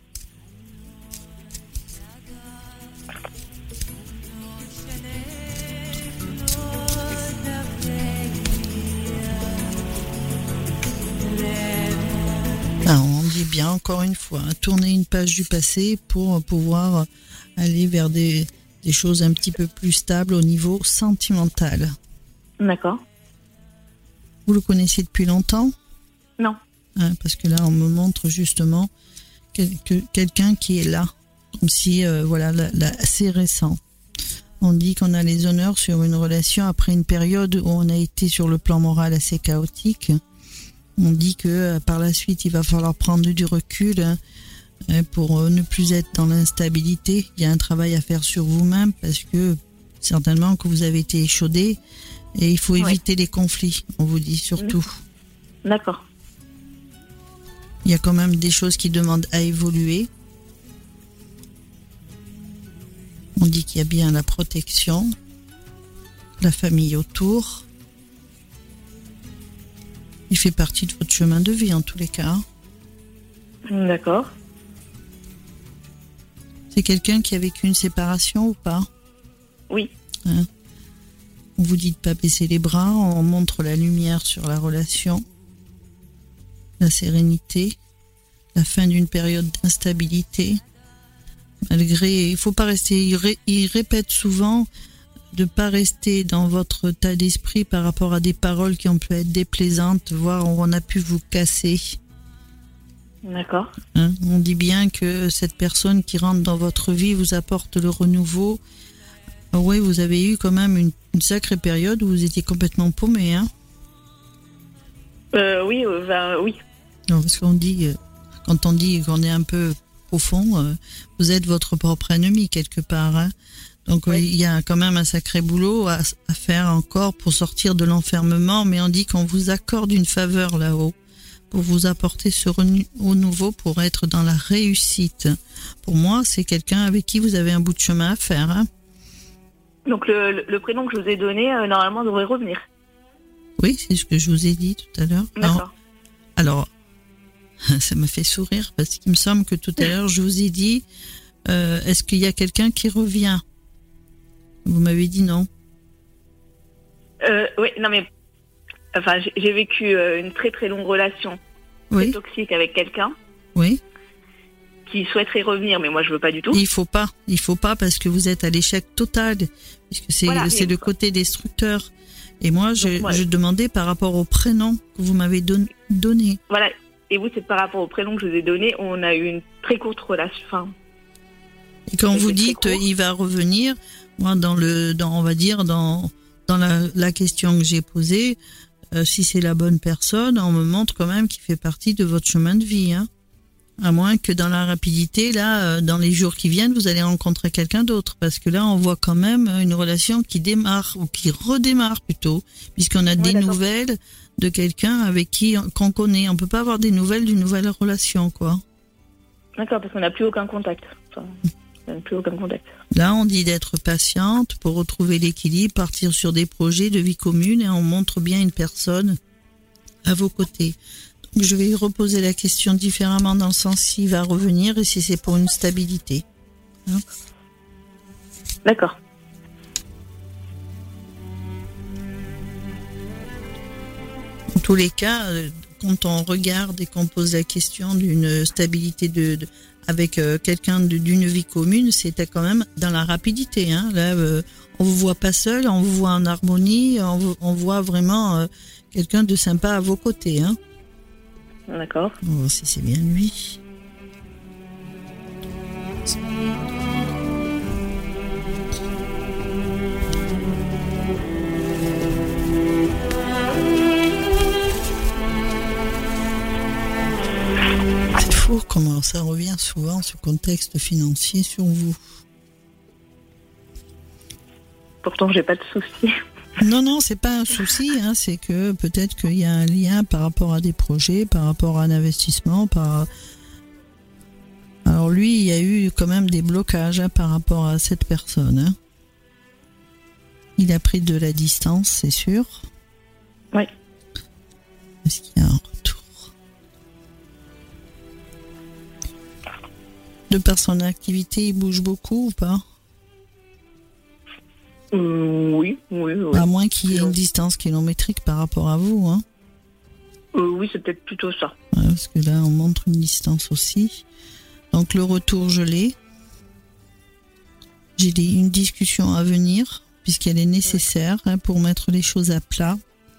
On dit bien, encore une fois, tourner une page du passé pour pouvoir aller vers des choses un petit peu plus stables au niveau sentimental. D'accord. Vous le connaissez depuis longtemps? Non. Parce que là, on me montre justement quelqu'un qui est là, comme si, c'est récent. On dit qu'on a les honneurs sur une relation après une période où on a été sur le plan moral assez chaotique. On dit que par la suite, il va falloir prendre du recul pour ne plus être dans l'instabilité. Il y a un travail à faire sur vous-même parce que certainement que vous avez été échaudé et il faut éviter les conflits, on vous dit surtout. D'accord. Il y a quand même des choses qui demandent à évoluer. On dit qu'il y a bien la protection, la famille autour. Il fait partie de votre chemin de vie en tous les cas. D'accord. C'est quelqu'un qui a vécu une séparation ou pas? Oui. On vous dit de pas baisser les bras, on montre la lumière sur la relation, la sérénité, la fin d'une période d'instabilité. Malgré, il faut pas rester, il répète souvent de pas rester dans votre état d'esprit par rapport à des paroles qui ont pu être déplaisantes, voire on a pu vous casser. D'accord. On dit bien que cette personne qui rentre dans votre vie vous apporte le renouveau. Oui, vous avez eu quand même une sacrée période où vous étiez complètement paumé, hein? Oui, oui. Non, parce qu'on dit, quand on dit qu'on est un peu profond, vous êtes votre propre ennemi quelque part, hein? Donc il y a quand même un sacré boulot à faire encore pour sortir de l'enfermement, mais on dit qu'on vous accorde une faveur là-haut pour vous apporter ce renouveau pour être dans la réussite. Pour moi, c'est quelqu'un avec qui vous avez un bout de chemin à faire. Hein. Donc le prénom que je vous ai donné, normalement, devrait revenir. Oui, c'est ce que je vous ai dit tout à l'heure. D'accord. Alors, ça me fait sourire parce qu'il me semble que tout à l'heure, je vous ai dit, est-ce qu'il y a quelqu'un qui revient ? Vous m'avez dit non. Oui, non mais, enfin, j'ai vécu une très très longue relation très toxique avec quelqu'un. Oui. Qui souhaiterait revenir, mais moi je veux pas du tout. Il faut pas parce que vous êtes à l'échec total, puisque c'est le côté destructeur. Et moi, je demandais par rapport au prénom que vous m'avez donné. Voilà. Et vous, c'est par rapport au prénom que je vous ai donné, on a eu une très courte relation. Enfin, et quand vous dites il va revenir, moi dans la question que j'ai posée, si c'est la bonne personne, on me montre quand même qu'il fait partie de votre chemin de vie, hein. À moins que dans la rapidité, là, dans les jours qui viennent, vous allez rencontrer quelqu'un d'autre. Parce que là, on voit quand même une relation qui démarre, ou qui redémarre plutôt, puisqu'on a des nouvelles de quelqu'un avec qu'on connaît. On peut pas avoir des nouvelles d'une nouvelle relation, quoi. D'accord, parce qu'on n'a plus aucun contact. Enfin, on n'a plus aucun contact. Là, on dit d'être patiente pour retrouver l'équilibre, partir sur des projets de vie commune, et on montre bien une personne à vos côtés. Je vais reposer la question différemment dans le sens s'il va revenir et si c'est pour une stabilité. Hein ? D'accord. En tous les cas, quand on regarde et qu'on pose la question d'une stabilité avec quelqu'un d'une vie commune, c'était quand même dans la rapidité. Hein. Là, on vous voit pas seul, on vous voit en harmonie, on voit vraiment quelqu'un de sympa à vos côtés. Hein. D'accord. On va voir si c'est bien lui. C'est fou comment ça revient souvent, ce contexte financier sur vous. Pourtant, j'ai pas de soucis. Non, c'est pas un souci, hein, c'est que peut-être qu'il y a un lien par rapport à des projets, par rapport à un investissement, Alors lui, il y a eu quand même des blocages par rapport à cette personne. Hein. Il a pris de la distance, c'est sûr. Oui. Est-ce qu'il y a un retour ? De par son activité, il bouge beaucoup ou pas ? Oui. À moins qu'il y ait une distance kilométrique par rapport à vous, hein. Oui, c'est peut-être plutôt ça. Ouais, parce que là, on montre une distance aussi. Donc le retour, je l'ai. J'ai une discussion à venir, puisqu'elle est nécessaire pour mettre les choses à plat.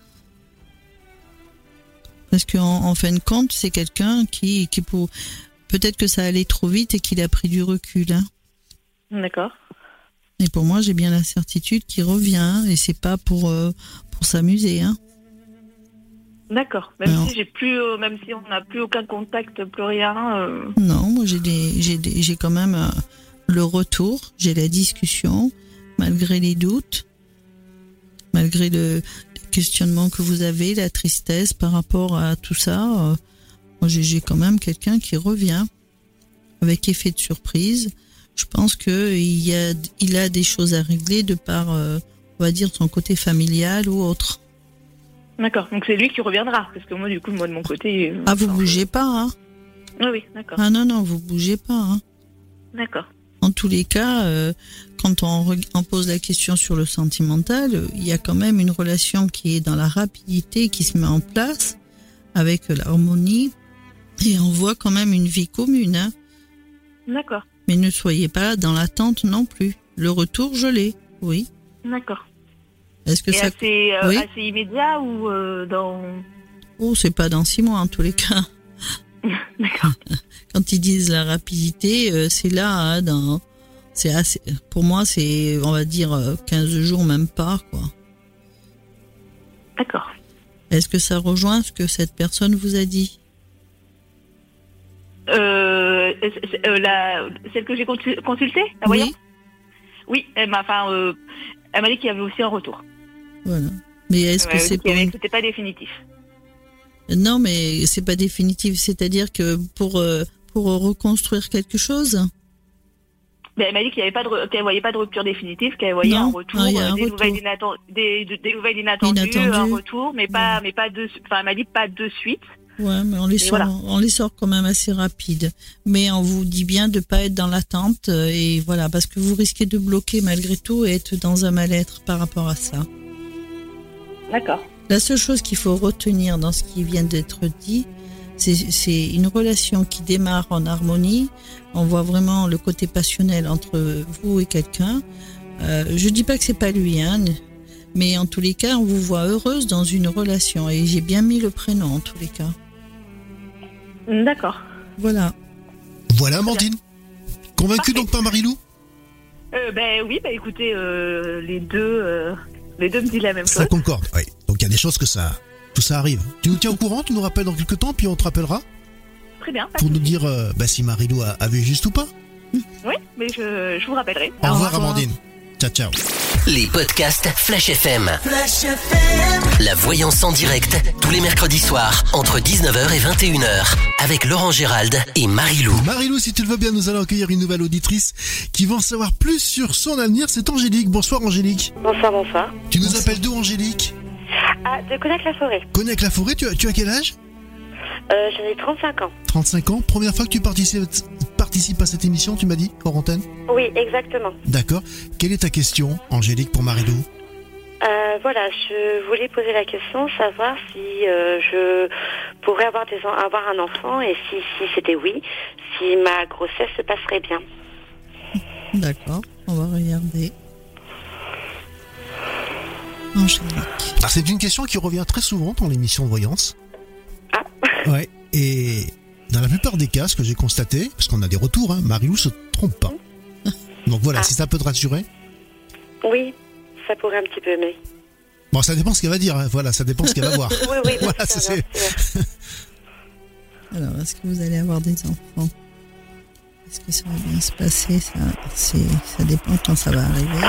Parce qu'en fin de compte, c'est quelqu'un qui peut-être que ça allait trop vite et qu'il a pris du recul. Hein. D'accord. Et pour moi, j'ai bien la certitude qu'il revient et c'est pas pour s'amuser, hein. D'accord. Même si on n'a plus aucun contact, plus rien. Non, moi j'ai quand même le retour, j'ai la discussion, malgré les doutes, malgré le questionnement que vous avez, la tristesse par rapport à tout ça. Moi j'ai quand même quelqu'un qui revient avec effet de surprise. Je pense il a des choses à régler de par, on va dire, son côté familial ou autre. D'accord, donc c'est lui qui reviendra, parce que moi de mon côté... vous bougez pas, hein ? Oui, d'accord. Ah non, vous bougez pas, hein. D'accord. En tous les cas, quand on pose la question sur le sentimental, il y a quand même une relation qui est dans la rapidité, qui se met en place, avec l'harmonie, et on voit quand même une vie commune, hein. D'accord. Mais ne soyez pas dans l'attente non plus. Le retour, je l'ai, oui. D'accord. Est-ce que ça... assez immédiat ou dans... Oh, c'est pas dans 6 mois en tous les cas. D'accord. Quand ils disent la rapidité, c'est là, hein, c'est assez... Pour moi, c'est, on va dire, 15 jours, même pas, quoi. D'accord. Est-ce que ça rejoint ce que cette personne vous a dit ? Celle que j'ai consultée, la voyante ? Oui, elle m'a dit qu'il y avait aussi un retour. Voilà. Mais est-ce que c'est que c'était pas définitif. Non, mais c'est pas définitif. C'est-à-dire que pour reconstruire quelque chose. Mais elle m'a dit qu'elle voyait pas de rupture définitive, qu'elle voyait un retour, des nouvelles inattendues, un retour, mais pas de, enfin, elle m'a dit pas de suite. Ouais, mais on les sort quand même assez rapide. Mais on vous dit bien de pas être dans l'attente, et voilà, parce que vous risquez de bloquer malgré tout et être dans un mal-être par rapport à ça. D'accord. La seule chose qu'il faut retenir dans ce qui vient d'être dit, c'est une relation qui démarre en harmonie. On voit vraiment le côté passionnel entre vous et quelqu'un. Je dis pas que c'est pas lui, hein, mais en tous les cas, on vous voit heureuse dans une relation. Et j'ai bien mis le prénom en tous les cas. D'accord. Voilà. Voilà, Amandine. Convaincue donc par Marilou ? Oui, écoutez, les deux me disent la même chose. Ça concorde, oui. Donc il y a des choses que tout ça arrive. Tu nous tiens au courant, tu nous rappelles dans quelques temps, puis on te rappellera. Très bien. Pour nous dire si Marilou avait juste ou pas. Oui, mais je vous rappellerai. Au revoir, Amandine. Ciao, ciao. Les podcasts Flash FM. Flash FM. La voyance en direct, tous les mercredis soirs, entre 19h et 21h, avec Laurent Gérald et Marilou. Marilou, si tu le veux bien, nous allons accueillir une nouvelle auditrice qui va en savoir plus sur son avenir. C'est Angélique. Bonsoir, Angélique. Bonsoir. Tu nous appelles d'où, Angélique ? De Cognac-la-Forêt. Cognac-la-Forêt, tu as quel âge ? J'en ai 35 ans. 35 ans. Première fois que tu participes à cette émission, tu m'as dit, hors antenne ? Oui, exactement. D'accord. Quelle est ta question, Angélique, pour Marilou ? Voilà, je voulais poser la question, savoir si je pourrais avoir un enfant et si c'était oui, si ma grossesse se passerait bien. D'accord, on va regarder. Angélique. Alors, c'est une question qui revient très souvent dans l'émission de voyance. Ah. Ouais, et dans la plupart des cas, ce que j'ai constaté, parce qu'on a des retours, hein, Marilou se trompe pas. Donc voilà, si ça peut te rassurer. Oui, ça pourrait un petit peu, mais... Bon, ça dépend ce qu'elle va dire, hein. Voilà, ça dépend ce qu'elle va voir. Oui, voilà, c'est... Alors, est-ce que vous allez avoir des enfants ? Est-ce que ça va bien se passer ? Ça dépend quand ça va arriver.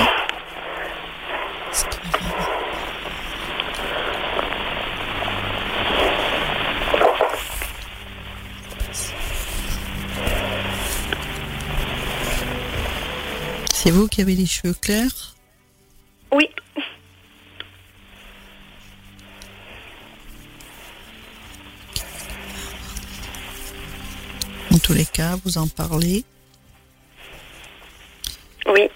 C'est vous qui avez les cheveux clairs ? Oui. En tous les cas, vous en parlez ? Oui.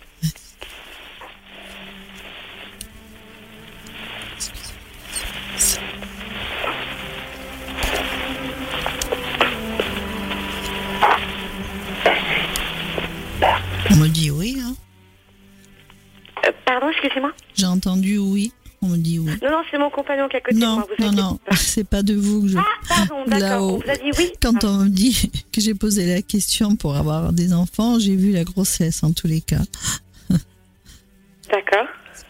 On me dit oui, hein ? Pardon, excusez-moi ? J'ai entendu oui. On me dit oui. Non, c'est mon compagnon qui est à côté de moi. Non, c'est pas de vous que je... Ah, pardon, d'accord. Là-haut, on vous a dit oui. Quand on me dit que j'ai posé la question pour avoir des enfants, j'ai vu la grossesse en tous les cas. D'accord,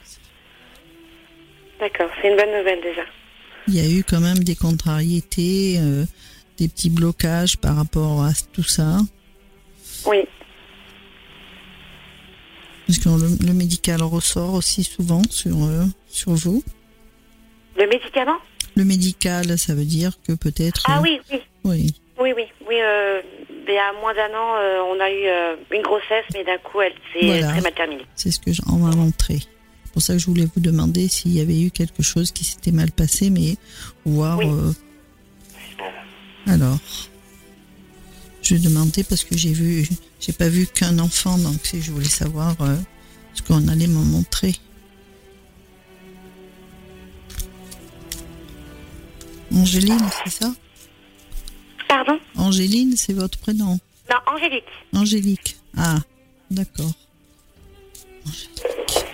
c'est une bonne nouvelle déjà. Il y a eu quand même des contrariétés, des petits blocages par rapport à tout ça. Oui. Parce que le médical ressort aussi souvent sur vous. Le médicament ? Le médical, ça veut dire que peut-être... Ah oui. Oui. Oui, il y a moins d'un an, on a eu une grossesse, mais d'un coup, elle s'est très mal terminée. C'est ce que on m'a montré. C'est pour ça que je voulais vous demander s'il y avait eu quelque chose qui s'était mal passé, mais voir... Oui. Alors, je vais demander parce que j'ai pas vu qu'un enfant, donc je voulais savoir ce qu'on allait me montrer. Angéline, c'est ça ? Pardon ? Angéline, c'est votre prénom ? Non, Angélique. Angélique. Ah, d'accord. Angélique.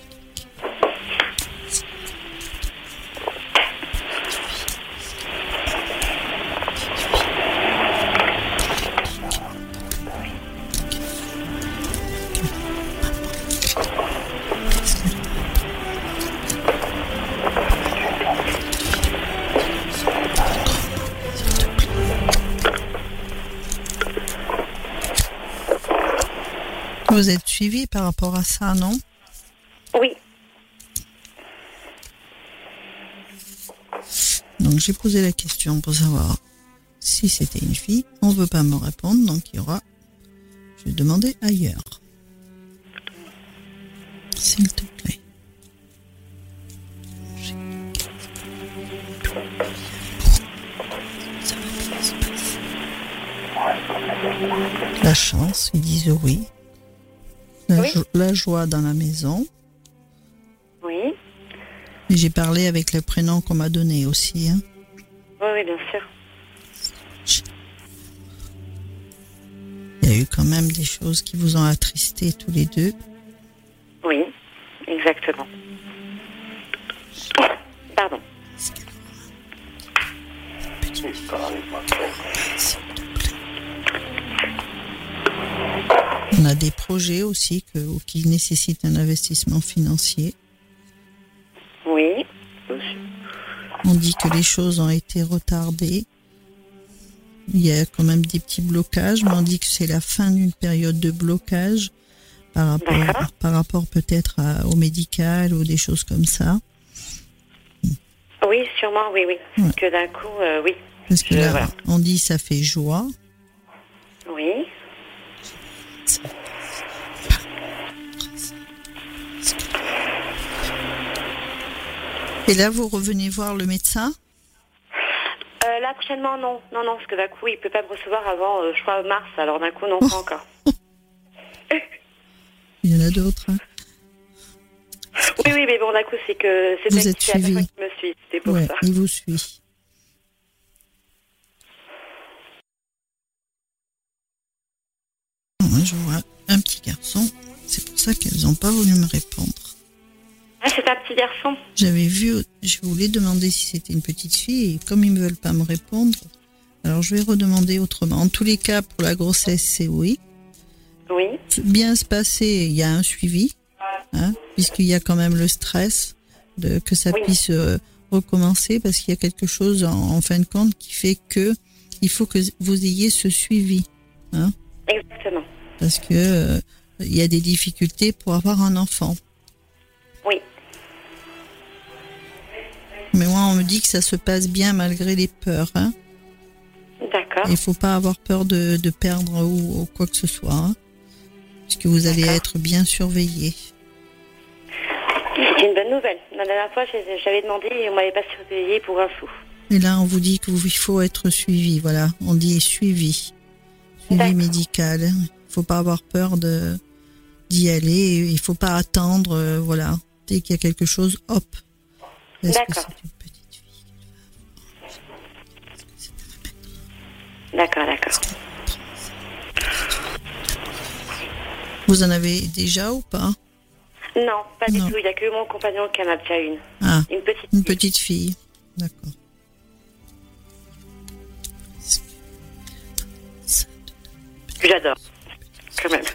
Vous êtes suivi par rapport à ça, non ? Oui. Donc j'ai posé la question pour savoir si c'était une fille. On ne veut pas me répondre, donc il y aura... Je vais demander ailleurs. S'il te plaît. La chance, ils disent oui. La joie dans la maison. Oui. Et j'ai parlé avec le prénom qu'on m'a donné aussi. Hein. Oui, bien sûr. Il y a eu quand même des choses qui vous ont attristé tous les deux. Oui, exactement. Pardon. On a des projets aussi qui nécessitent un investissement financier. Oui. On dit que les choses ont été retardées. Il y a quand même des petits blocages, mais on dit que c'est la fin d'une période de blocage par rapport peut-être au médical ou des choses comme ça. Oui, sûrement, oui. Ouais. Que d'un coup, oui. Parce que là, voilà. On dit ça fait joie. Oui. Et là, vous revenez voir le médecin ? Là, prochainement, non, parce que d'un coup, il ne peut pas me recevoir avant, je crois, mars, alors d'un coup, non, pas encore. Il y en a d'autres, hein. Oui, mais bon, d'un coup, c'est que c'est vous êtes suivi. Qui me suit, c'est pour ça. Il vous suit. Moi, je vois un petit garçon, c'est pour ça qu'elles n'ont pas voulu me répondre. Ah, c'est un petit garçon. J'avais vu, je voulais demander si c'était une petite fille, et comme ils ne veulent pas me répondre, alors je vais redemander autrement. En tous les cas, pour la grossesse, c'est oui. Oui. Bien se passer, il y a un suivi, hein, puisqu'il y a quand même le stress que ça puisse recommencer, parce qu'il y a quelque chose en fin de compte qui fait que il faut que vous ayez ce suivi. Hein. Exactement. Parce que il y a des difficultés pour avoir un enfant. Oui. Mais moi, on me dit que ça se passe bien malgré les peurs. Hein. D'accord. Il ne faut pas avoir peur de perdre ou quoi que ce soit. Hein, puisque vous allez être bien surveillé. C'est une bonne nouvelle. La dernière fois, j'avais demandé et on ne m'avait pas surveillé pour un sou. Et là, on vous dit qu'il faut être suivi. Voilà, on dit suivi. Suivi médical. Il ne faut pas avoir peur d'y aller. Il ne faut pas attendre. Voilà. Dès qu'il y a quelque chose, hop. Est-ce que c'est une petite fille D'accord. Vous en avez déjà ou pas ? Non, pas du tout. Il n'y a que mon compagnon qui en a déjà une. Ah, une petite fille. D'accord. J'adore, quand même.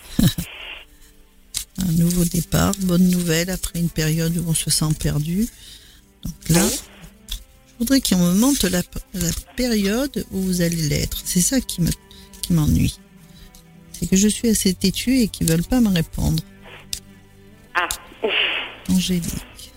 Un nouveau départ, bonne nouvelle après une période où on se sent perdu. Donc là, je voudrais qu'on me montre la période où vous allez l'être. C'est ça qui m'ennuie. C'est que je suis assez têtue et qu'ils ne veulent pas me répondre. Ah. Angélique.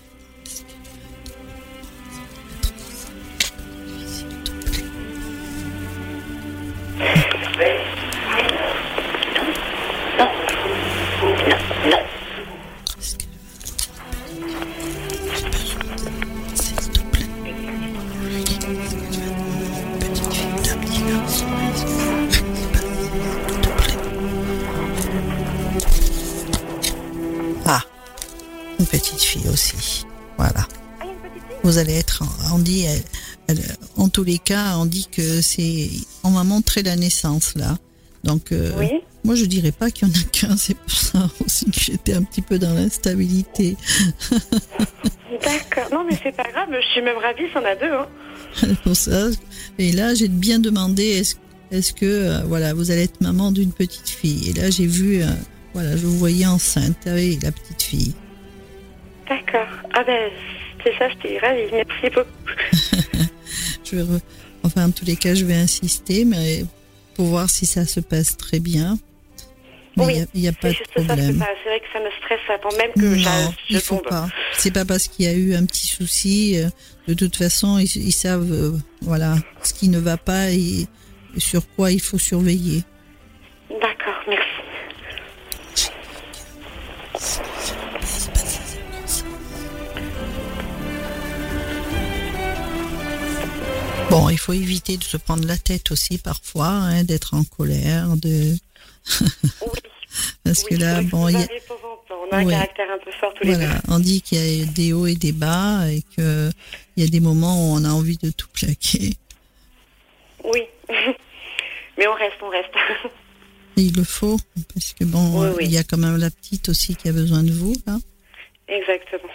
Une petite fille aussi. Voilà. Vous allez être, on dit, en tous les cas, on dit que on m'a montré la naissance là. Donc, moi je dirais pas qu'il y en a qu'un, c'est pour ça aussi que j'étais un petit peu dans l'instabilité. D'accord. Non mais c'est pas grave, je suis même ravie, c'en a deux. Hein. Pour ça. Et là, j'ai bien demandé, est-ce que, voilà, vous allez être maman d'une petite fille. Et là, j'ai vu, voilà, je vous voyais enceinte avec la petite fille. D'accord. Ah ben, c'est ça, j'étais ravie. Merci beaucoup. Enfin, en tous les cas, je vais insister, mais pour voir si ça se passe très bien. Mais il n'y a pas de problème. C'est vrai que ça me stresse avant même que je faut tombe. Pas. C'est pas parce qu'il y a eu un petit souci. De toute façon, ils savent voilà, ce qui ne va pas et sur quoi il faut surveiller. D'accord, merci. Bon, il faut éviter de se prendre la tête aussi parfois, hein, d'être en colère, Oui. Parce que là, bon, on a un caractère un peu fort tous les deux. On dit qu'il y a des hauts et des bas et que il y a des moments où on a envie de tout plaquer. Oui, mais on reste. Et il le faut, parce que bon, il y a quand même la petite aussi qui a besoin de vous, là. Exactement.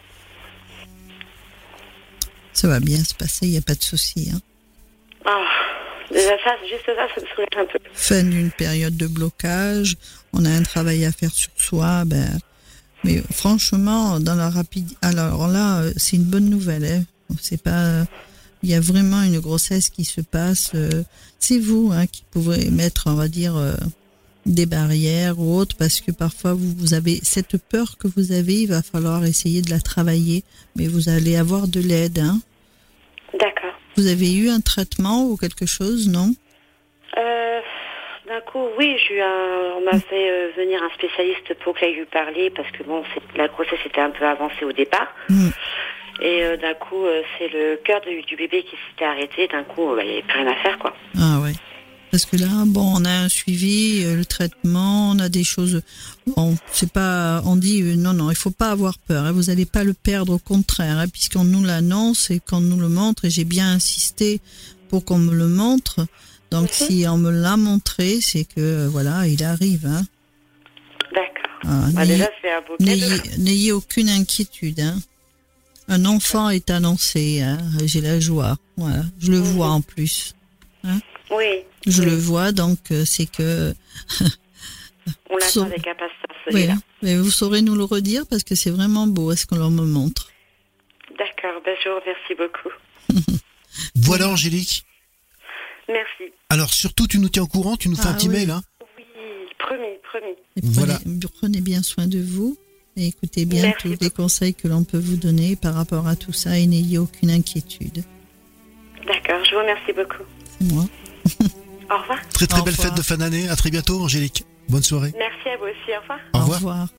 Ça va bien se passer, il n'y a pas de souci. Hein. Déjà ça, juste ça me soulage un peu. Fin d'une période de blocage, on a un travail à faire sur soi, mais franchement, dans la rapidité, alors là, c'est une bonne nouvelle. Hein. C'est pas, il y a vraiment une grossesse qui se passe. C'est vous qui pouvez mettre, on va dire, des barrières ou autres, parce que parfois vous avez cette peur que vous avez, il va falloir essayer de la travailler, mais vous allez avoir de l'aide. Hein. D'accord. Vous avez eu un traitement ou quelque chose, non? D'un coup, oui, on m'a fait venir un spécialiste pour que j'aille lui parler, parce que bon, la grossesse était un peu avancée au départ. Et d'un coup, c'est le cœur du bébé qui s'était arrêté. D'un coup, il n'y avait plus rien à faire, quoi. Ah ouais. Parce que là, bon, on a un suivi, le traitement, on a des choses. Bon, c'est pas. On dit non, il faut pas avoir peur. Hein, vous allez pas le perdre, au contraire, hein, puisqu'on nous l'annonce et qu'on nous le montre. Et j'ai bien insisté pour qu'on me le montre. Donc, si on me l'a montré, c'est que voilà, il arrive. Hein. D'accord. Déjà, c'est un beau cadeau. N'ayez aucune inquiétude. Hein. Un enfant est annoncé. Hein, j'ai la joie. Voilà, je le vois en plus. Hein. Oui. Je le vois, donc c'est que... On l'attend avec impatience, celui-là. Mais vous saurez nous le redire, parce que c'est vraiment beau, est-ce qu'on me montre. D'accord, je vous remercie beaucoup. Voilà, Angélique. Merci. Alors surtout, tu nous tiens au courant, tu nous fais un petit mail. Hein. Oui, promis. Et prenez bien soin de vous, et écoutez bien tous les conseils que l'on peut vous donner par rapport à tout ça, et n'ayez aucune inquiétude. D'accord, je vous remercie beaucoup. C'est moi. Au revoir. Très belle fête de fin d'année. À très bientôt, Angélique. Bonne soirée. Merci à vous aussi. Au revoir. Au revoir.